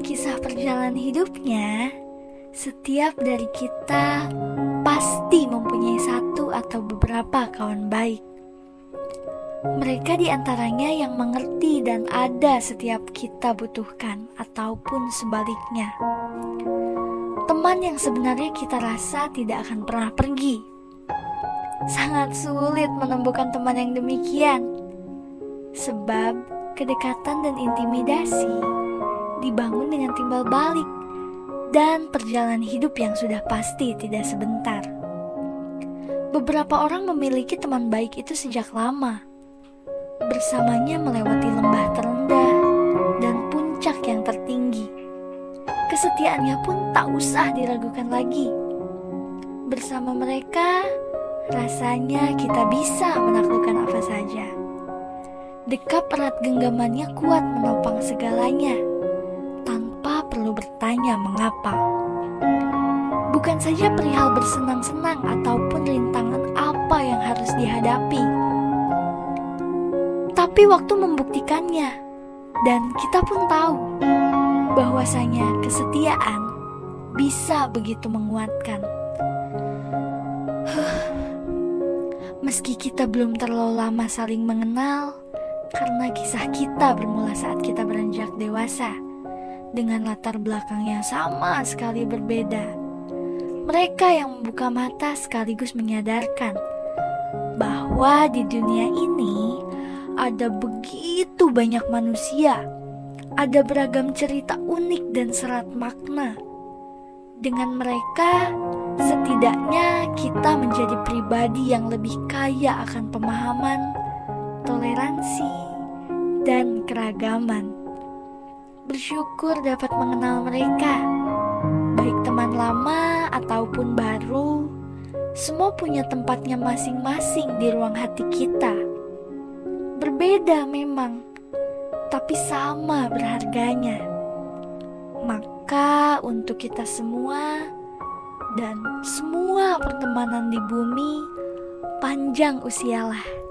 kisah perjalanan hidupnya, setiap dari kita pasti mempunyai satu atau beberapa kawan baik. Mereka diantaranya yang mengerti dan ada setiap kita butuhkan, ataupun sebaliknya. Teman yang sebenarnya kita rasa tidak akan pernah pergi. Sangat sulit menemukan teman yang demikian, sebab kedekatan dan intimidasi dibangun dengan timbal balik dan perjalanan hidup yang sudah pasti tidak sebentar. Beberapa orang memiliki teman baik itu sejak lama. Bersamanya melewati lembah terendah dan puncak yang tertinggi. Kesetiaannya pun tak usah diragukan lagi. Bersama mereka, rasanya kita bisa menaklukkan apa saja. Dekap erat genggamannya kuat menopang segalanya, tanpa perlu bertanya mengapa. Bukan saja perihal bersenang-senang ataupun rintangan apa yang harus dihadapi, tapi waktu membuktikannya, dan kita pun tahu bahwasanya kesetiaan bisa begitu menguatkan. Meski kita belum terlalu lama saling mengenal, karena kisah kita bermula saat kita beranjak dewasa, dengan latar belakang yang sama sekali berbeda. Mereka yang membuka mata sekaligus menyadarkan bahwa di dunia ini ada begitu banyak manusia, ada beragam cerita unik dan serat makna. Dengan mereka, setidaknya kita menjadi pribadi yang lebih kaya akan pemahaman, toleransi, dan keragaman. Bersyukur dapat mengenal mereka, baik teman lama ataupun baru, semua punya tempatnya masing-masing di ruang hati kita. Berbeda memang, tapi sama berharganya. Maka untuk kita semua dan semua pertemanan di bumi, panjang usialah.